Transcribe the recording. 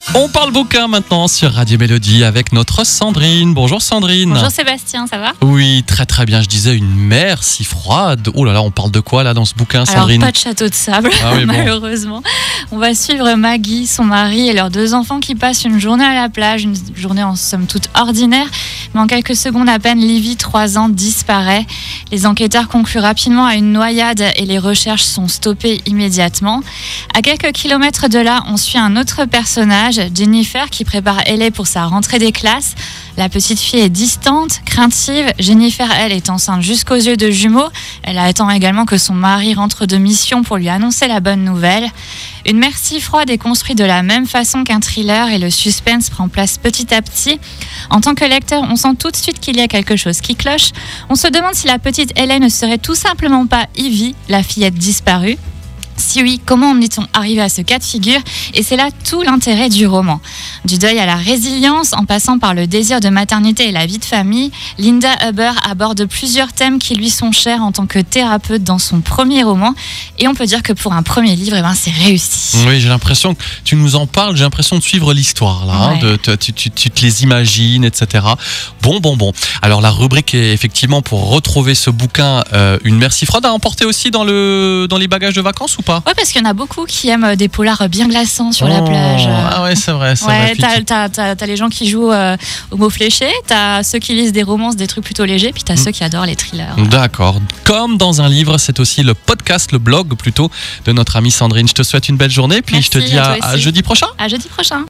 On parle bouquin maintenant sur Radio Mélodie avec notre Sandrine. Bonjour Sandrine. Bonjour Sébastien, ça va ? Oui, très très bien. Je disais une mer si froide. Oh là là, on parle de quoi là dans ce bouquin, Sandrine ? Alors pas de château de sable, Oui, malheureusement. On va suivre Maggie, son mari et leurs 2 enfants qui passent une journée à la plage, une journée en somme toute ordinaire. Mais en quelques secondes à peine, Livy, 3 ans, disparaît. Les enquêteurs concluent rapidement à une noyade et les recherches sont stoppées immédiatement. À quelques kilomètres de là, on suit un autre personnage, Jennifer, qui prépare Ellie pour sa rentrée des classes. La petite fille est distante, craintive. Jennifer, elle, est enceinte jusqu'aux yeux de jumeaux. Elle attend également que son mari rentre de mission pour lui annoncer la bonne nouvelle. Une mer si froide est construite de la même façon qu'un thriller et le suspense prend place petit à petit. En tant que lecteur, on sent tout de suite qu'il y a quelque chose qui cloche. On se demande si la petite Hélène ne serait tout simplement pas Ivy, la fillette disparue. Si oui, comment en est-on arrivé à ce cas de figure ? Et c'est là tout l'intérêt du roman. Du deuil à la résilience, en passant par le désir de maternité et la vie de famille, Linda Huber aborde plusieurs thèmes qui lui sont chers en tant que thérapeute dans son premier roman. Et on peut dire que pour un premier livre, c'est réussi. Oui, j'ai l'impression que tu nous en parles, j'ai l'impression de suivre l'histoire là. Ouais. Tu te les imagines, etc. Bon. Alors la rubrique est effectivement pour retrouver ce bouquin, une mer si froide, à emporter aussi dans les bagages de vacances ou pas ? Ouais, parce qu'il y en a beaucoup qui aiment des polars bien glaçants sur la plage. Ah ouais, c'est vrai. Ouais, t'as les gens qui jouent au mot fléché, t'as ceux qui lisent des romances, des trucs plutôt légers, puis t'as ceux qui adorent les thrillers. D'accord. Comme dans un livre, c'est aussi le podcast, le blog plutôt, de notre amie Sandrine. Je te souhaite une belle journée, puis Merci, je te dis à toi à aussi. jeudi prochain. À jeudi prochain.